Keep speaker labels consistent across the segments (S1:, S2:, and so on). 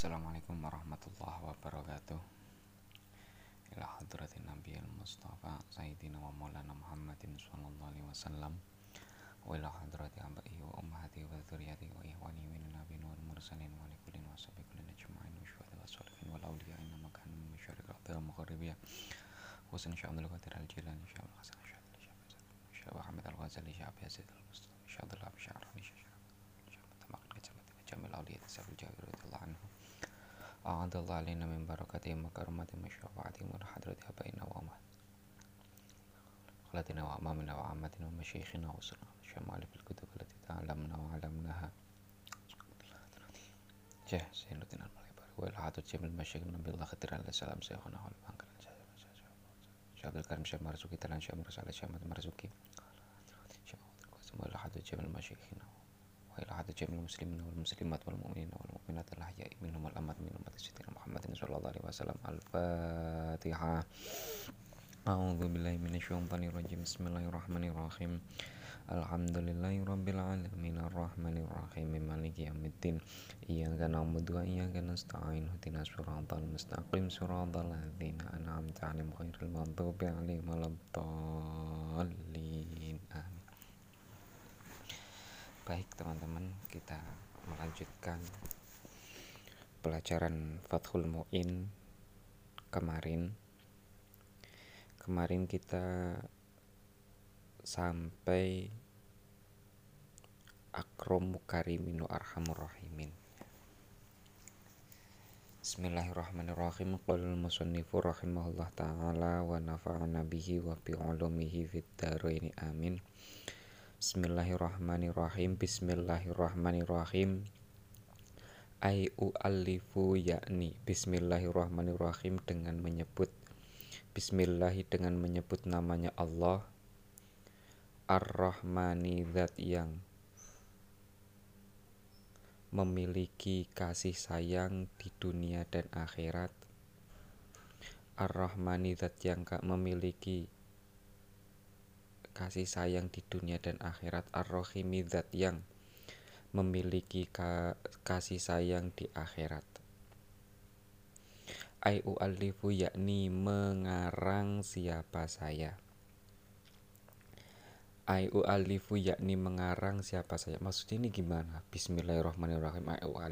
S1: Assalamualaikum warahmatullahi wabarakatuh. Ila hadratin Nabi al-Mustafa Sayyidina wa maulana Muhammadin sallallahu alaihi wasallam. Wa ila hadrati abaihi wa ummahati wa dzurriyyati wa ihwani min nabiyyin wal mursalin wa li kullin wa sabi kullin ajma'in wa syuhada wa sholihin wal awliya inna makana min syarri al maghribiyah. Wa san sya'abdul qadir al-jilani sya'abul hasan sya'abul Muhammad al-Ghazali sya'ab Yazid al-Mustafa sya'abul Habib sya'arani sya'abul tamak jamil awliya tasawwur jawir radhiyallahu anhu. A'adallahu alaina min barakatihim wa karamati wa syafaatihim wa hadrati abaina wa khalatina wa amamina wa ammatina wa masyayikhina wa usulna wa syamali fil kutub allati ta'alamna wa alamnaha Syekh Zainuddin al-Malibar wa ilhatul jamil masyayikhina billah khatiran salam syekhuna wal bangkan Syekh Abdul Karim Syekh Marzuki Talan Syekh Mursal Syekh Marzuki Syekh Abdul Qasim wa ilhatul jamil masyayikhina wa ila hadrati jamil muslimin wal muslimat wal mu'minina wal mu'minat al ahya'i minhum wal amwat min ummati sayyidina Muhammadin sallallahu alaihi wasallam. Al-Fatihah. A'udzu billahi minasyaitonir rajim. Bismillahirrahmanirrahim. Alhamdulillahirabbil alamin arrahmanir rahim maliki yaumiddin. Iyyaka na'budu wa iyyaka nasta'in ihdinas siratal mustaqim siratal ladzina an'amta 'alaihim ghairil maghdubi 'alaihim waladdallin. Amin. Baik teman-teman, kita melanjutkan pelajaran Fathul Mu'in kemarin kita sampai Akram Karimin Arhamur Rahimin. Bismillahirrahmanirrahim. Qala al-musannifu rahimahullah ta'ala wa nafa'ana bihi wa bi 'ulumihi fid dharain amin. Bismillahirrahmanirrahim. Bismillahirrahmanirrahim. Alifu yakni Bismillahirrahmanirrahim dengan menyebut Bismillahi dengan menyebut namanya Allah. Ar-Rahmani zat yang memiliki kasih sayang di dunia dan akhirat. Ar-Rahmani zat yang memiliki kasih sayang di dunia dan akhirat. Ar-Rahimi zat yang memiliki kasih sayang di akhirat. Alifu yakni mengarang siapa saya. Alifu yakni mengarang siapa saya. Maksudnya ini gimana? Bismillahirrahmanirrahim.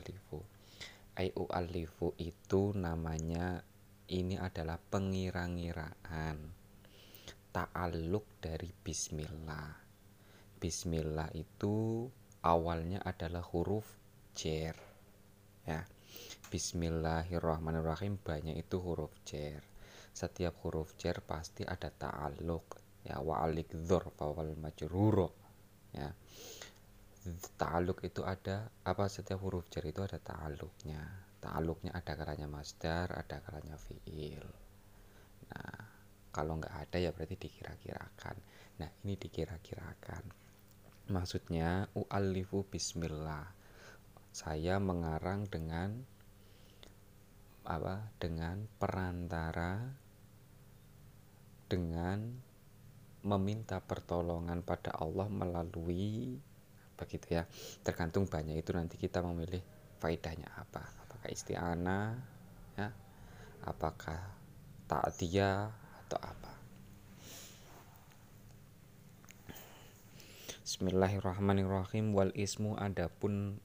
S1: Alifu itu namanya, ini adalah pengira-ngiraan ta'alluq dari bismillah. Bismillah itu awalnya adalah huruf jar. Ya. Bismillahirrahmanirrahim banyak itu huruf jar. Setiap huruf jar pasti ada ta'alluq. Ya, wa alik dzarfa wal majrur. Ya. Ta'alluq itu ada apa, setiap huruf jar itu ada ta'alluqnya. Ta'alluqnya ada kalanya masdar, ada kalanya fiil. Nah, kalau nggak ada ya berarti dikira-kirakan. Nah, ini dikira-kirakan. Maksudnya u'allifu bismillah. Saya mengarang dengan apa? Dengan perantara, dengan meminta pertolongan pada Allah melalui begitu ya. Tergantung banyak itu, nanti kita memilih faedahnya apa. Apakah isti'anah ya? Apakah ta'diyah atau apa? Bismillahirrahmanirrahim. Wal ismu adapun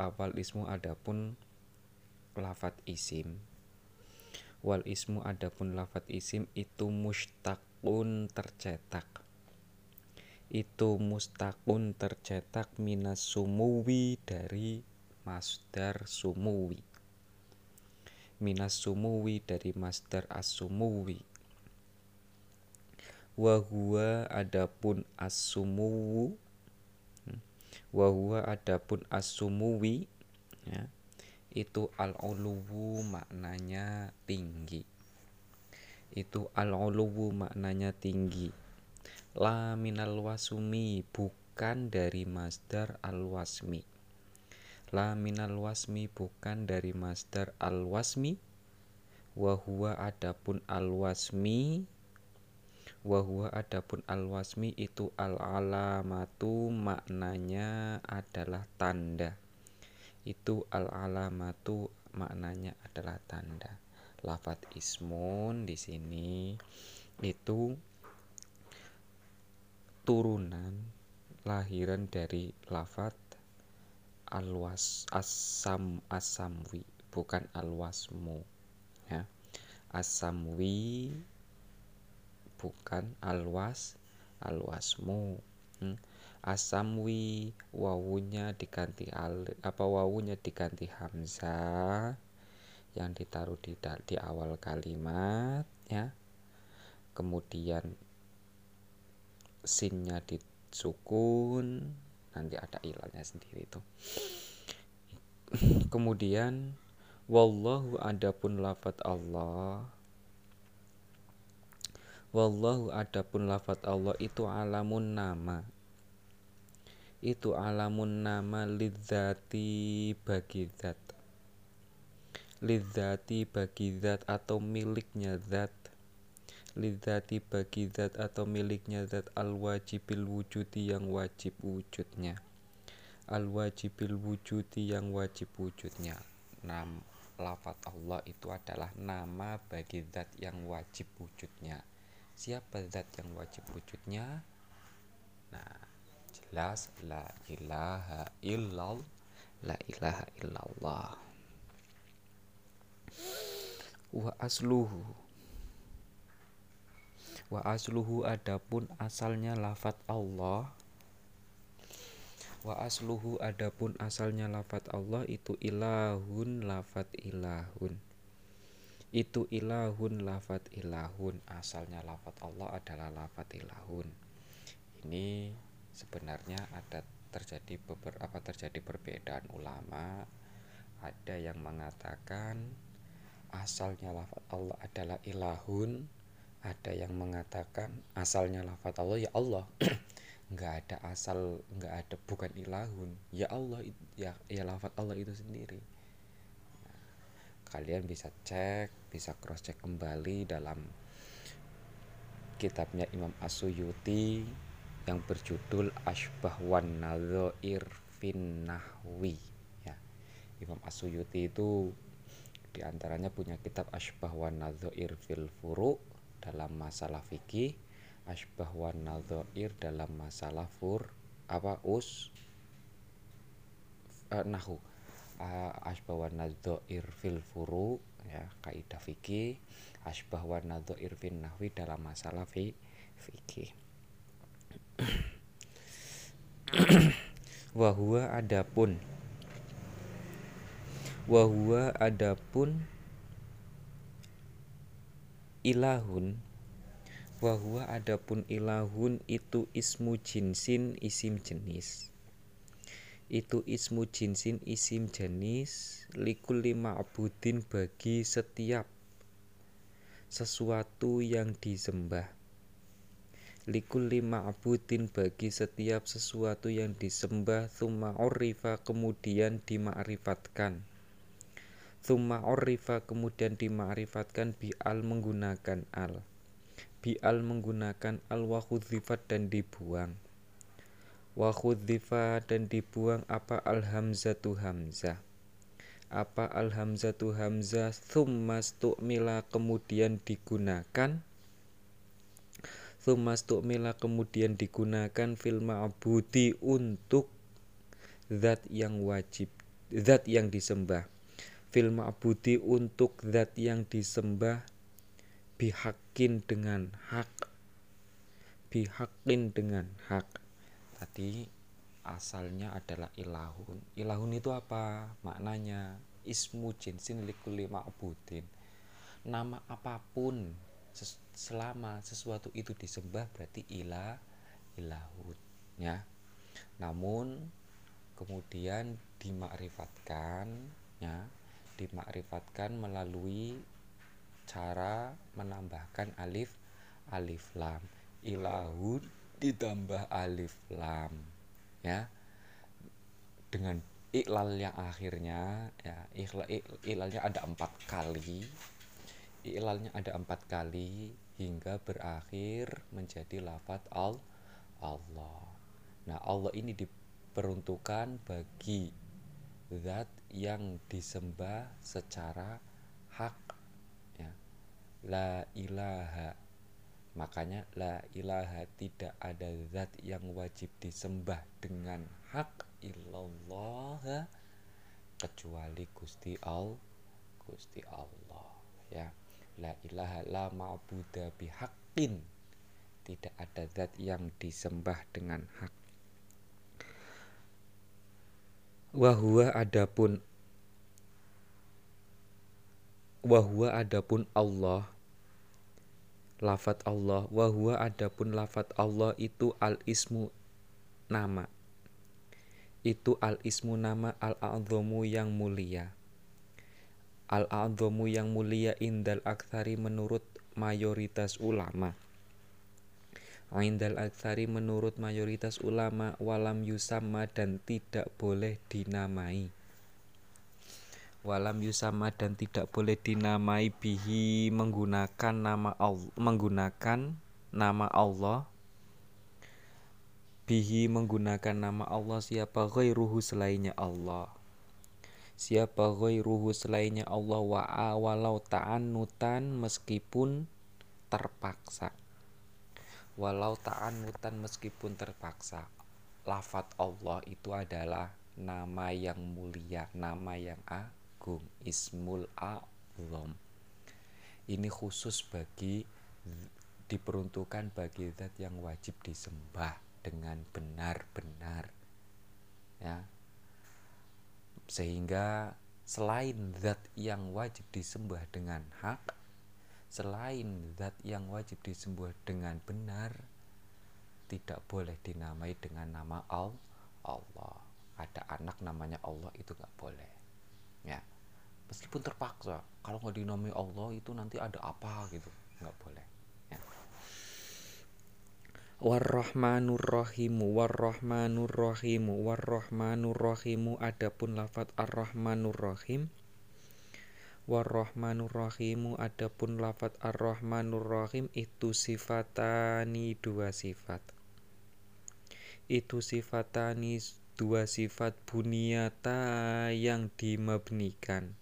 S1: lafat isim. Wal ismu adapun lafat isim itu mustaqun tercetak. Itu mustaqun tercetak minas sumuwi dari masdar sumuwi. Minas sumuwi dari masdar as-sumuwi. Wa huwa adapun as-sumuwu. Wa huwa adapun as-sumuwi ya, itu al-uluwu maknanya tinggi. Itu al-uluwu maknanya tinggi. La minal wasmi, bukan dari masdar al-wasmi. La minal wasmi, bukan dari masdar al-wasmi. Wa huwa adapun al-wasmi. Wa huwa adapun al-wasmi itu al-alamatu maknanya adalah tanda. Itu al-alamatu maknanya adalah tanda. Lafadz ismun di sini itu turunan lahiran dari lafadz as-samwi, bukan al-wasmu, ya. As-samwi bukan al-wasmu. As-samwi wawunya diganti hamzah yang ditaruh di awal kalimat, ya. Kemudian sinnya disukun, nanti ada ilalnya sendiri itu. Kemudian wallahu adapun lafadz Allah, wallahu adapun lafadz Allah itu alamun nama. Itu alamun nama lidzati bagi zat. Lidzati bagi zat atau miliknya zat. Lidzati bagi zat atau miliknya zat al-wajibil wujudi yang wajib wujudnya. Al-wajibil wujudi yang wajib wujudnya. Lafadz Allah itu adalah nama bagi zat yang wajib wujudnya. Siapa zat yang wajib wujudnya? Nah, jelas la ilaha illallah. Wa asluhu adapun asalnya lafadz Allah. Wa asluhu adapun asalnya lafadz Allah itu ilahun, lafadz ilahun. Itu ilahun, lafadz ilahun. Asalnya lafadz Allah adalah lafadz ilahun. Ini sebenarnya terjadi perbedaan ulama. Ada yang mengatakan asalnya lafadz Allah adalah ilahun, ada yang mengatakan asalnya lafadz Allah ya Allah. Nggak ada bukan ilahun, ya Allah, ya lafadz Allah itu sendiri. Nah, kalian bisa cross check kembali dalam kitabnya Imam As-Suyuti yang berjudul Asbah wan Nadzair fin Nahwi, ya. Imam As-Suyuti itu diantaranya punya kitab Asbah wan Nadzair fil Furu' dalam masalah fikih, Asbah wan Nadzair dalam masalah nahu. Asbah wan Nadzair fil Furu', ya, kaidah fikih. Asbah wan Nadzair fin Nahwi dalam masalah fikih. Wa huwa adapun ilahun. Wa huwa adapun ilahun itu ismu jinsin, isim jenis. Itu ismu jinsin, isim jenis likulli ma'budin bagi setiap sesuatu yang disembah. Likulli ma'budin bagi setiap sesuatu yang disembah. Tsumma urifa kemudian dima'rifatkan. Tsumma urifa kemudian dima'rifatkan bi'al menggunakan al. Bi'al menggunakan al wa khudzifat dan dibuang. Wa khudzifat dan dibuang apa al hamzatu hamzah. Apa al hamzatu hamzah. Tsumma stu'mila kemudian digunakan. Tsumma stu'mila kemudian digunakan fil ma'budi untuk zat yang wajib, zat yang disembah. Fil ma'budi untuk zat yang disembah. Bihaqqin dengan hak. Bihaqqin dengan hak. Tadi asalnya adalah ilahun. Ilahun itu apa maknanya? Ismu jinsin likulli ma'budin. Nama apapun selama sesuatu itu disembah berarti ilahun, ya. Namun kemudian dimakrifatkan, ya, dimakrifatkan melalui cara menambahkan alif lam. Ilahun ditambah alif lam, ya, dengan iklal yang akhirnya, ya, iklalnya ada 4 kali. Ilalnya ada 4 kali hingga berakhir menjadi lafadz Allah. Nah, Allah ini diperuntukkan bagi zat yang disembah secara hak, ya. La ilaha, makanya la ilaha, tidak ada zat yang wajib disembah dengan hak illallah kecuali Gusti Allah, ya. La ilaha la ma'buda bihaqqin, tidak ada zat yang disembah dengan hak. Wahwa adapun Allah, lafat Allah, wahwa adapun lafat Allah itu al-ismu, nama. Itu al-ismu, nama, al-a'dhamu yang mulia. Al-a'dhamu yang mulia indal aktsari menurut mayoritas ulama. Indal aktsari menurut mayoritas ulama, walam yusamma dan tidak boleh dinamai. Walam yusamma dan tidak boleh dinamai bihi menggunakan nama Allah, bihi menggunakan nama Allah siapa ghairuhu selainnya Allah. Siapa ghairuhu selainnya Allah, walau ta'annutan meskipun terpaksa. Walau ta'annutan meskipun terpaksa. Lafat Allah itu adalah nama yang mulia, nama yang agung, ismul a'zam. Ini khusus diperuntukkan bagi zat yang wajib disembah dengan benar-benar, ya. Sehingga selain zat yang wajib disembah dengan hak, selain zat yang wajib disembah dengan benar, tidak boleh dinamai dengan nama Allah. Ada anak namanya Allah, itu gak boleh, ya. Meskipun terpaksa, kalau nggak dinamai Allah itu nanti ada apa gitu, nggak boleh, ya. Warrahmanur rahimu adapun lafat ar-rahmanur rahim. Warrahmanur rahimu adapun lafat ar-rahmanur rahim itu sifatani, dua sifat. Itu sifatani, dua sifat, buniyata yang dimabnikan.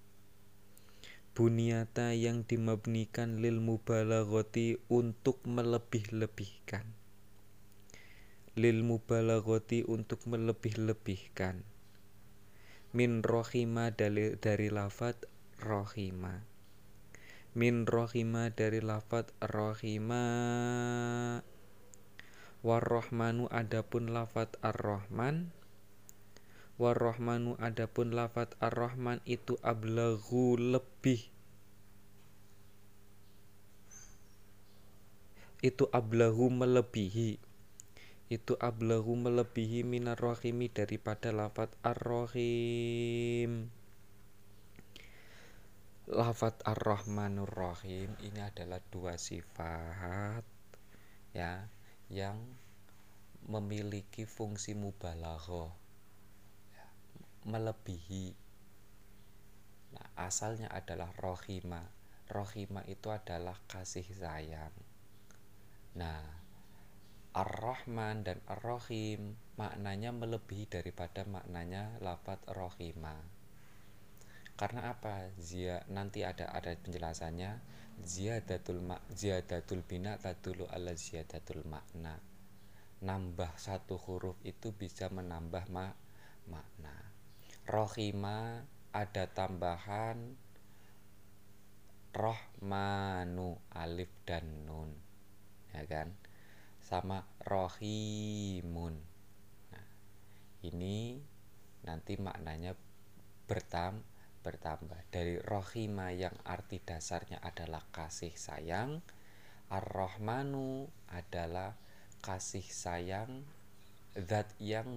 S1: Buniyata yang dimabnikan lil mubalaghati untuk melebih-lebihkan. Lil mubalaghati untuk melebih-lebihkan. Min rohima dari lafat rohima. Min rohima dari lafat rohima. Warrohmanu adapun lafat ar-Rahman. Warrohmanu adapun lafat ar-Rahman itu ablaghu lebih. Itu ablaghu melebihi. Itu ablaghu melebihi minar rohimi daripada lafat ar-Rahim. Lafat ar-Rahmanur Rahim ini adalah dua sifat, ya, yang memiliki fungsi mubalaghah, ya, melebihi. Nah, asalnya adalah rohima. Rohima itu adalah kasih sayang. Nah, ar-Rahman dan ar-Rahim maknanya melebihi daripada maknanya lafat rohima. Karena apa? Nanti ada penjelasannya. Ziyadatul bina tadulu ala ziyadatul makna. Nambah satu huruf itu bisa menambah makna. Rohima ada tambahan rohmanu, alif dan nun, ya kan? Sama rohimun. Nah, ini nanti maknanya bertambah dari rohima yang arti dasarnya adalah kasih sayang. Ar-Rahmanu adalah kasih sayang, zat yang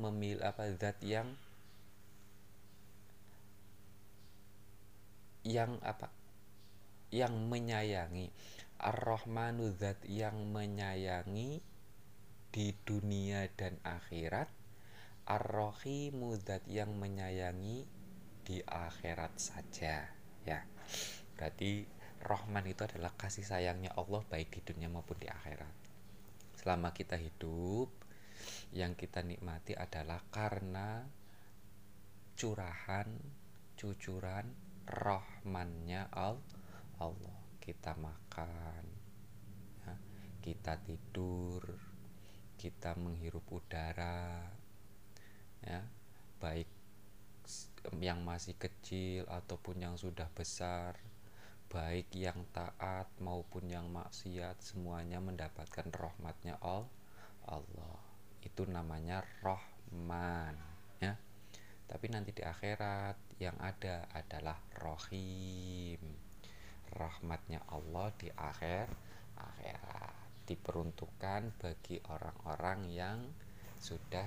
S1: yang menyayangi. Ar-Rahmanu zat yang menyayangi di dunia dan akhirat. Ar-Rahimu zat yang menyayangi di akhirat saja, ya. Berarti Rahman itu adalah kasih sayangnya Allah baik di dunia maupun di akhirat. Selama kita hidup, yang kita nikmati adalah karena curahan cucuran rahmannya Allah. Kita makan, ya, kita tidur, kita menghirup udara, ya, baik yang masih kecil ataupun yang sudah besar, baik yang taat maupun yang maksiat, semuanya mendapatkan rahmatnya Allah. Itu namanya Rahman, ya. Tapi nanti di akhirat yang ada adalah Rahim. Rahmatnya Allah di akhirat diperuntukkan bagi orang-orang yang sudah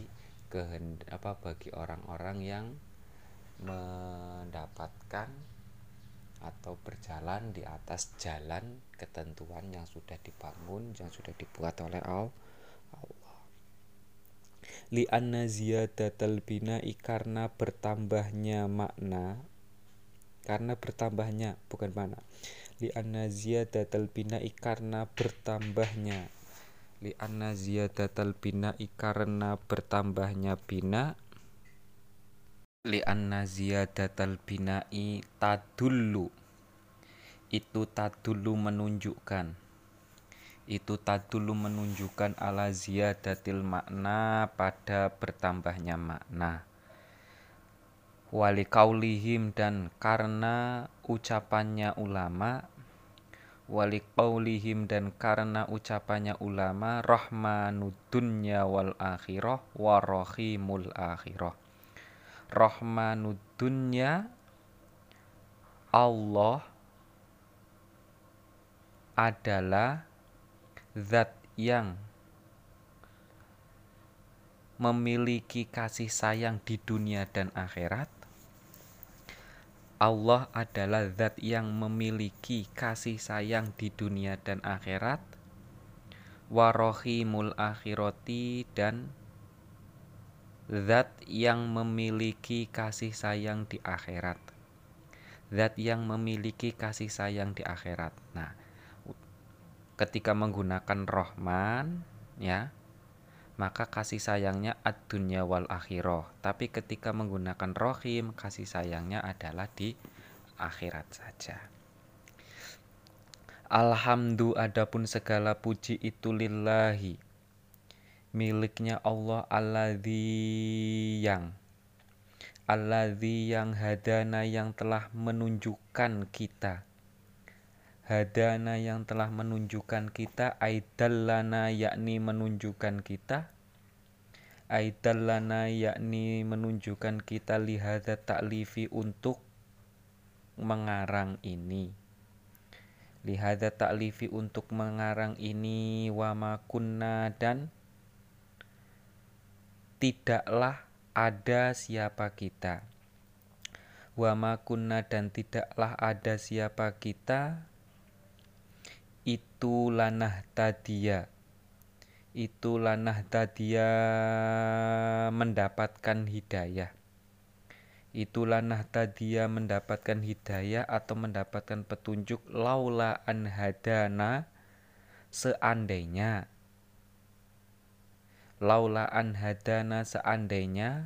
S1: bagi orang-orang yang mendapatkan atau berjalan di atas jalan ketentuan yang sudah dibangun, yang sudah dibuat oleh Allah. Li'anna ziyadatal bina'i, karena bertambahnya makna, karena bertambahnya bukan mana. Li'anna ziyadatal bina'i, karena bertambahnya. Li'anna ziyadatal bina'i, karena bertambahnya bina. Li'anna ziyadatal bina'i tadullu, itu tadullu menunjukkan, itu tadullu menunjukkan ala ziyadatil makna, pada bertambahnya makna. Wali qaulihim, dan karena ucapannya ulama. Wali qaulihim, dan karena ucapannya ulama. Rahmanud dunya wal akhirah wa rahimul akhirah. Rahmanud dunya, Allah adalah zat yang memiliki kasih sayang di dunia dan akhirat. Allah adalah zat yang memiliki kasih sayang di dunia dan akhirat. Warohimul akhirati, dan zat yang memiliki kasih sayang di akhirat. Zat yang memiliki kasih sayang di akhirat. Nah, ketika menggunakan Rahman, ya, maka kasih sayangnya ad-dunya wal akhirah. Tapi ketika menggunakan Rahim, kasih sayangnya adalah di akhirat saja. Alhamdu, adapun segala puji itu lillahi, miliknya Allah, alladzi yang hadana, yang telah menunjukkan kita. Hadana, yang telah menunjukkan kita. Aidallana, yakni menunjukkan kita. Aidallana, yakni menunjukkan kita. Lihada ta'lifi, untuk mengarang ini. Lihada ta'lifi, untuk mengarang ini. Wa ma kunna, dan tidaklah ada siapa kita. Wa ma kunna, dan tidaklah ada siapa kita. Itu lanah tadia, itu lanah tadia, mendapatkan hidayah. Itu lanah tadia, mendapatkan hidayah atau mendapatkan petunjuk. Laula an hadana, seandainya. Laula an hadana, seandainya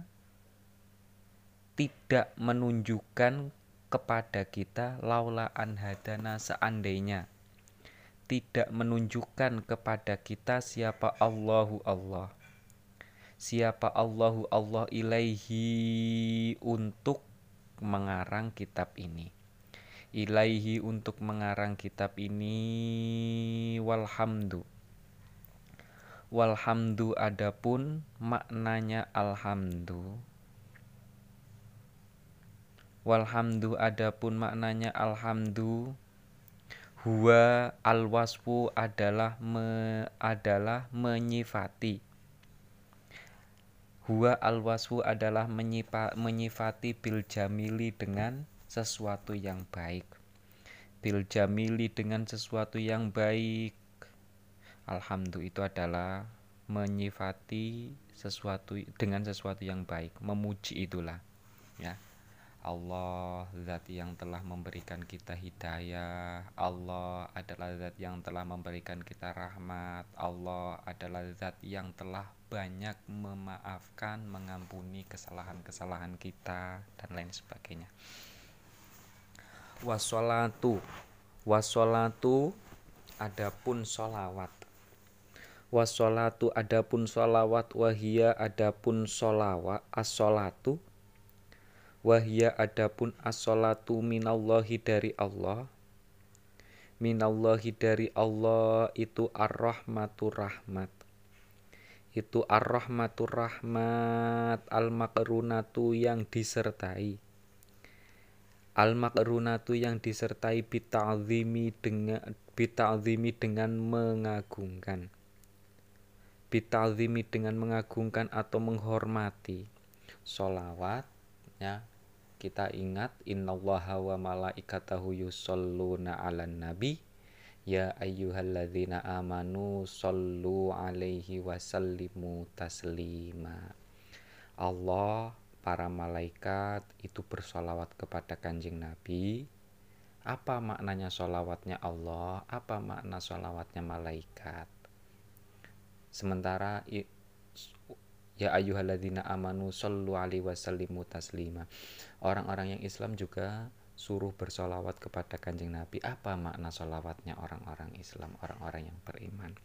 S1: tidak menunjukkan kepada kita. Laula an hadana, seandainya tidak menunjukkan kepada kita siapa Allahu Allah. Siapa Allahu Allah ilaihi, untuk mengarang kitab ini. Ilaihi, untuk mengarang kitab ini. Walhamdu, walhamdu, adapun maknanya alhamdu. Walhamdu, adapun maknanya alhamdu. Huwa al-wasfu, adalah menyifati. Huwa al-wasfu, adalah menyifati bil jamili, dengan sesuatu yang baik. Bil jamili, dengan sesuatu yang baik. Alhamdu itu adalah menyifati sesuatu dengan sesuatu yang baik, memuji itulah, ya. Allah zat yang telah memberikan kita hidayah. Allah adalah zat yang telah memberikan kita rahmat. Allah adalah zat yang telah banyak memaafkan, mengampuni kesalahan-kesalahan kita dan lain sebagainya. Wassolatu, wassolatu adapun sholawat. Wassolatu adapun sholawat. Wahia adapun sholawat. As-sholatu wahia adapun as-sholatu minallahi dari Allah. Minallahi dari Allah itu ar-rahmatu rahmat. Itu ar-rahmatu rahmat, al-makrunatu yang disertai. Al-makrunatu yang disertai bita'zimi dengan mengagungkan. Bita'zimi dengan mengagungkan atau menghormati. Sholawat ya, kita ingat innallaha wa malaikatahu yusholluna 'alan nabi ya ayyuhalladzina amanu shollu 'alaihi wa sallimu taslima. Allah, para malaikat itu bersholawat kepada Kanjeng Nabi. Apa maknanya sholawatnya Allah? Apa makna sholawatnya malaikat? Sementara ya ayyuhalladzina amanu shollu 'alaihi wa sallimu taslima, orang-orang yang Islam juga suruh bersolawat kepada Kanjeng Nabi. Apa makna solawatnya orang-orang Islam, orang-orang yang beriman?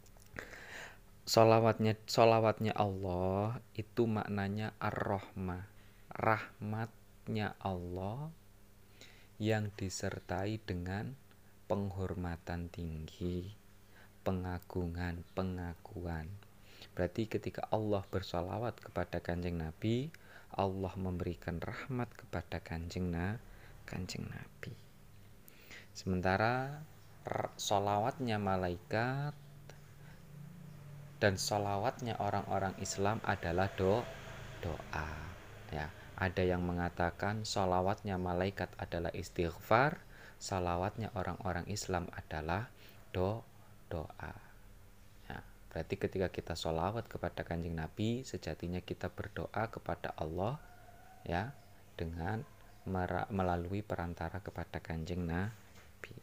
S1: Solawatnya Allah itu maknanya ar-rahmah, rahmatnya Allah yang disertai dengan penghormatan tinggi, pengagungan, pengakuan. Berarti ketika Allah bersolawat kepada Kanjeng Nabi, Allah memberikan rahmat kepada Kanjeng Nabi. Sementara solawatnya malaikat dan solawatnya orang-orang Islam adalah doa. Ya, ada yang mengatakan solawatnya malaikat adalah istighfar, solawatnya orang-orang Islam adalah doa. Berarti ketika kita sholawat kepada Kanjeng Nabi, sejatinya kita berdoa kepada Allah ya, dengan melalui perantara kepada Kanjeng Nabi.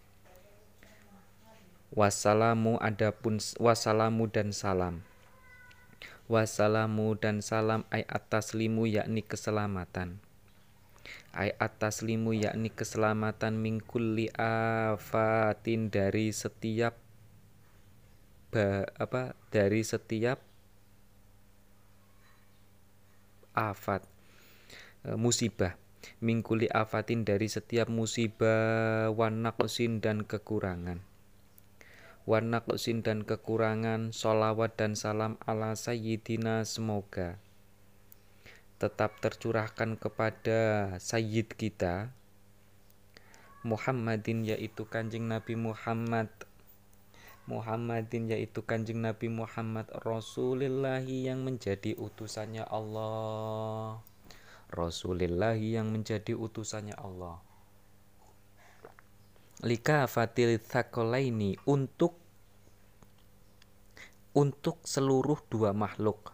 S1: Wassalamu adapun wassalamu dan salam. Wassalamu dan salam ay ataslimu yakni keselamatan. Ay ataslimu yakni keselamatan min kulli afatin dari setiap dari setiap afat, musibah. Mingkuli afatin dari setiap musibah, wanaqsin dan kekurangan. Wanaqsin dan kekurangan. Sholawat dan salam ala sayyidina, semoga tetap tercurahkan kepada sayyid kita Muhammadin, yaitu Kanjeng Nabi Muhammad. Muhammadin yaitu Kanjeng Nabi Muhammad, Rasulillahi yang menjadi utusannya Allah. Rasulillahi yang menjadi utusannya Allah. Lika fatil tsaqalaini, untuk seluruh dua makhluk.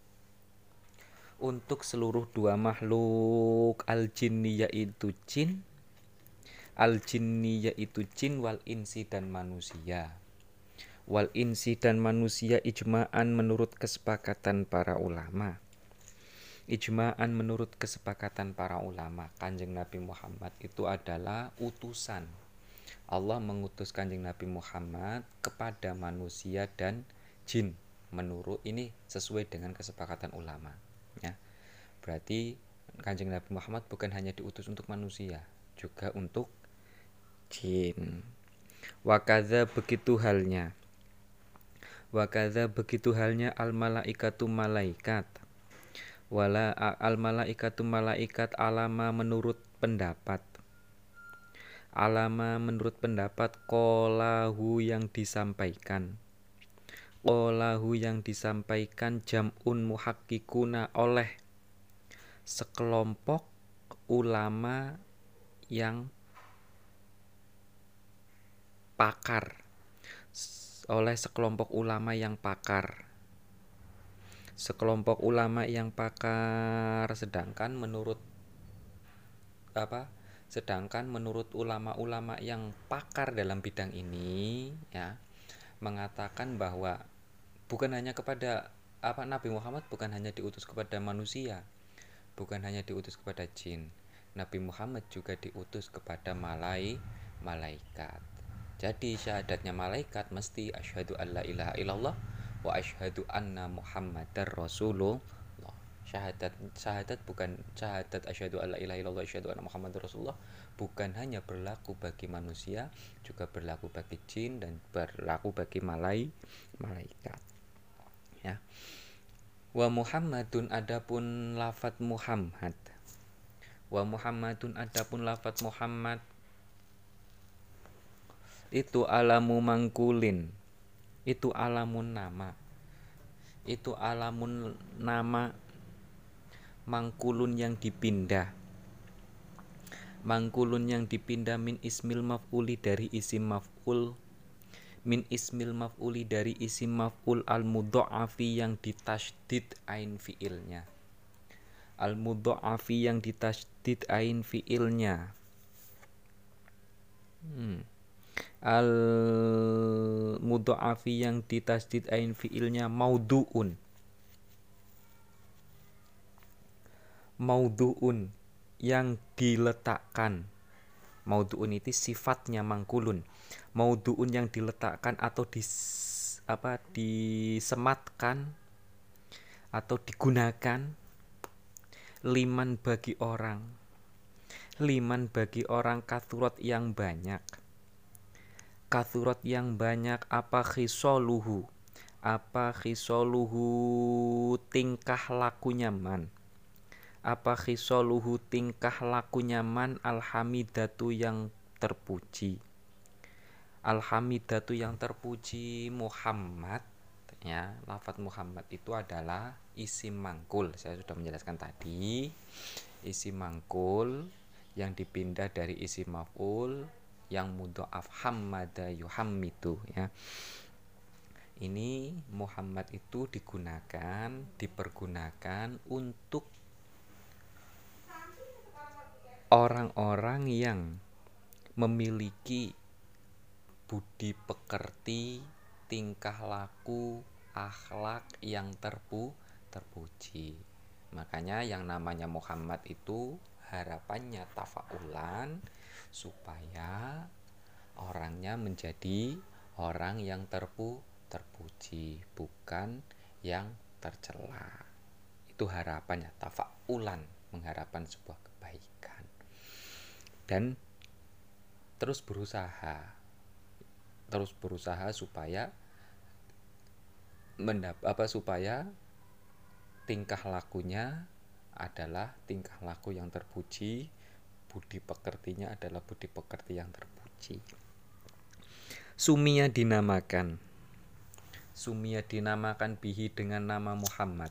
S1: Untuk seluruh dua makhluk, al-jinni yaitu jin, al-jinni yaitu jin, wal insi dan manusia. Wal insi dan manusia ijma'an menurut kesepakatan para ulama. Ijma'an menurut kesepakatan para ulama, Kanjeng Nabi Muhammad itu adalah utusan. Allah mengutus Kanjeng Nabi Muhammad kepada manusia dan jin. Menurut ini sesuai dengan kesepakatan ulama ya. Berarti Kanjeng Nabi Muhammad bukan hanya diutus untuk manusia, juga untuk jin. Wakadza begitu halnya. Wakadza begitu halnya al-malaikatu malaikat. Wala al-malaikatu malaikat alama menurut pendapat. Alama menurut pendapat qolahu yang disampaikan. Qolahu yang disampaikan jam'un muhakkikuna oleh sekelompok ulama yang pakar. Oleh sekelompok ulama yang pakar. Sekelompok ulama yang pakar, sedangkan menurut
S2: sedangkan menurut ulama-ulama yang pakar dalam bidang ini ya mengatakan bahwa bukan hanya kepada Nabi Muhammad bukan hanya diutus kepada manusia, bukan hanya diutus kepada jin. Nabi Muhammad juga diutus kepada malaikat. Jadi syahadatnya malaikat mesti asyhadu alla ilaha illallah wa asyhadu anna muhammadar rasulullah. Syahadat bukan syahadat asyhadu alla ilaha illallah asyhadu anna muhammadar rasulullah bukan hanya berlaku bagi manusia, juga berlaku bagi jin dan berlaku bagi malaikat. Ya. Wa Muhammadun adapun lafadz Muhammad. Wa Muhammadun adapun lafadz Muhammad itu alamu mangkulin. Itu alamun nama. Itu alamun nama mangkulun yang dipindah. Mangkulun yang dipindah min ismil maf'uli dari isim maf'ul. Min ismil maf'uli dari isim maf'ul al-mudha'afi yang ditasydid ain fi'ilnya. Al-mudha'afi yang ditasydid ain fi'ilnya. Al-mudha'afi yang ditasydid ain fi'ilnya maudhu'un. Maudhu'un yang diletakkan. Maudhu'un itu sifatnya mangkulun. Maudhu'un yang diletakkan atau disematkan atau digunakan liman bagi orang. Liman bagi orang kathurat yang banyak. Kathurat yang banyak apa khisoluhu. Apa khisoluhu tingkah lakunya man. Apa khisoluhu tingkah lakunya man alhamidatu yang terpuji. Alhamidatu yang terpuji Muhammad ya. Lafadz Muhammad itu adalah isim mangkul. Saya sudah menjelaskan tadi. Isim mangkul yang dipindah dari isim maf'ul yang mudha'af hammada yuhammidu ya. Ini Muhammad itu dipergunakan untuk orang-orang yang memiliki budi pekerti, tingkah laku, akhlak yang terpuji. Makanya yang namanya Muhammad itu harapannya tafaulan supaya orangnya menjadi orang yang terpuji, bukan yang tercela. Itu harapannya, tafaulan, mengharapkan sebuah kebaikan. Dan terus berusaha supaya supaya tingkah lakunya adalah tingkah laku yang terpuji, budi pekertinya adalah budi pekerti yang terpuji. Sumia dinamakan bihi dengan nama Muhammad.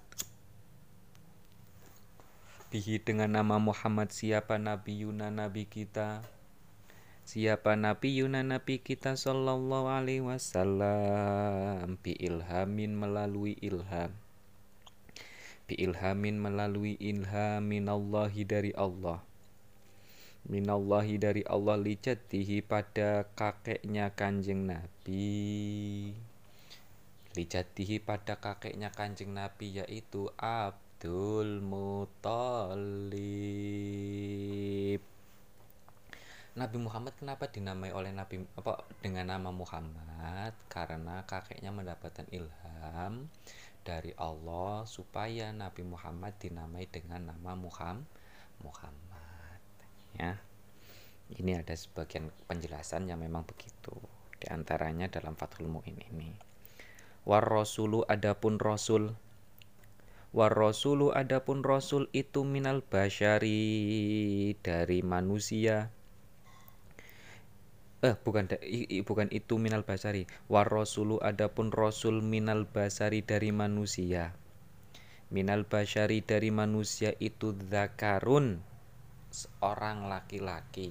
S2: Bihi dengan nama Muhammad siapa nabiyuna nabi kita. Siapa nabiyuna nabi kita sallallahu alaihi wasallam bi ilhamin melalui ilham. Bi ilhamin melalui ilham minallahi dari Allah. Minallahi dari Allah li jaddihi pada kakeknya Kanjeng Nabi. Li jaddihi pada kakeknya Kanjeng Nabi yaitu Abdul Muthalib. Nabi Muhammad kenapa dinamai oleh dengan nama Muhammad? Karena kakeknya mendapatkan ilham dari Allah supaya Nabi Muhammad dinamai dengan nama Muhammad. Ya. Ini ada sebagian penjelasan yang memang begitu. Di antaranya dalam Fathul Mu'in ini. War rasulu adapun rasul. War rasulu adapun rasul itu minal basyari dari manusia. Bukan itu minal basari. War rasulu adapun rasul minal basari dari manusia. Minal basyari dari manusia itu dzakarun seorang laki-laki.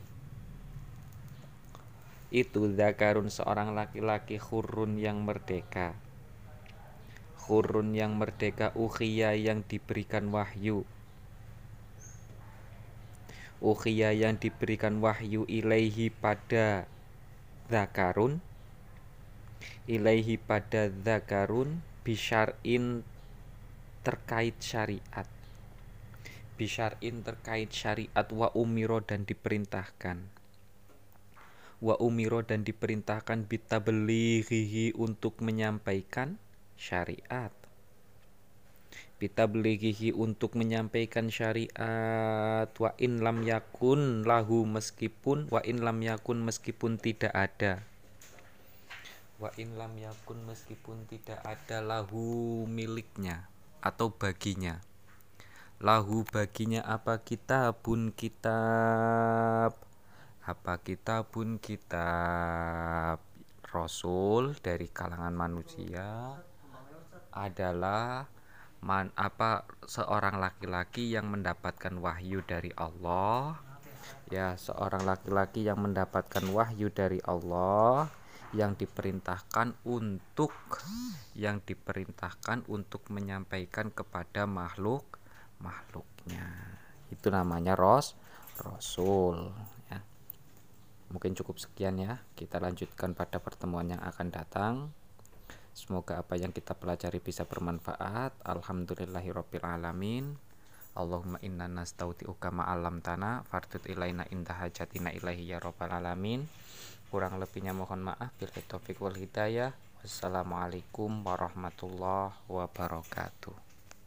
S2: Itu dzakarun seorang laki-laki khurrun yang merdeka. Khurrun yang merdeka ukhiya yang diberikan wahyu. Ukhiyah yang diberikan wahyu ilaihi pada zakarun, ilaihi pada zakarun bisyar'in terkait syariat, bisyar'in terkait syariat, wa umiro dan diperintahkan, wa umiro dan diperintahkan bitablighihi untuk menyampaikan syariat, bitablighihi untuk menyampaikan syariat, wa in lam yakun lahu meskipun, wa in lam yakun meskipun tidak ada, wa in lam yakun meskipun tidak ada lahu miliknya atau baginya, lahu baginya apa kitabun kitab, apa kitabun kitab, rasul dari kalangan manusia adalah seorang laki-laki yang mendapatkan wahyu dari Allah, ya, seorang laki-laki yang mendapatkan wahyu dari Allah, yang diperintahkan untuk menyampaikan kepada makhluknya. Itu namanya rasul, ya. Mungkin cukup sekian ya. Kita lanjutkan pada pertemuan yang akan datang. Semoga apa yang kita pelajari bisa bermanfaat. Alhamdulillahirabbil alamin. Allahumma inna nastauti'uka ma'alam tanah fardut ilaina indah hajatina ilahi ya rabbal alamin. Kurang lebihnya mohon maaf. Bil taufiq wal hidayah. Wassalamualaikum warahmatullahi wabarakatuh.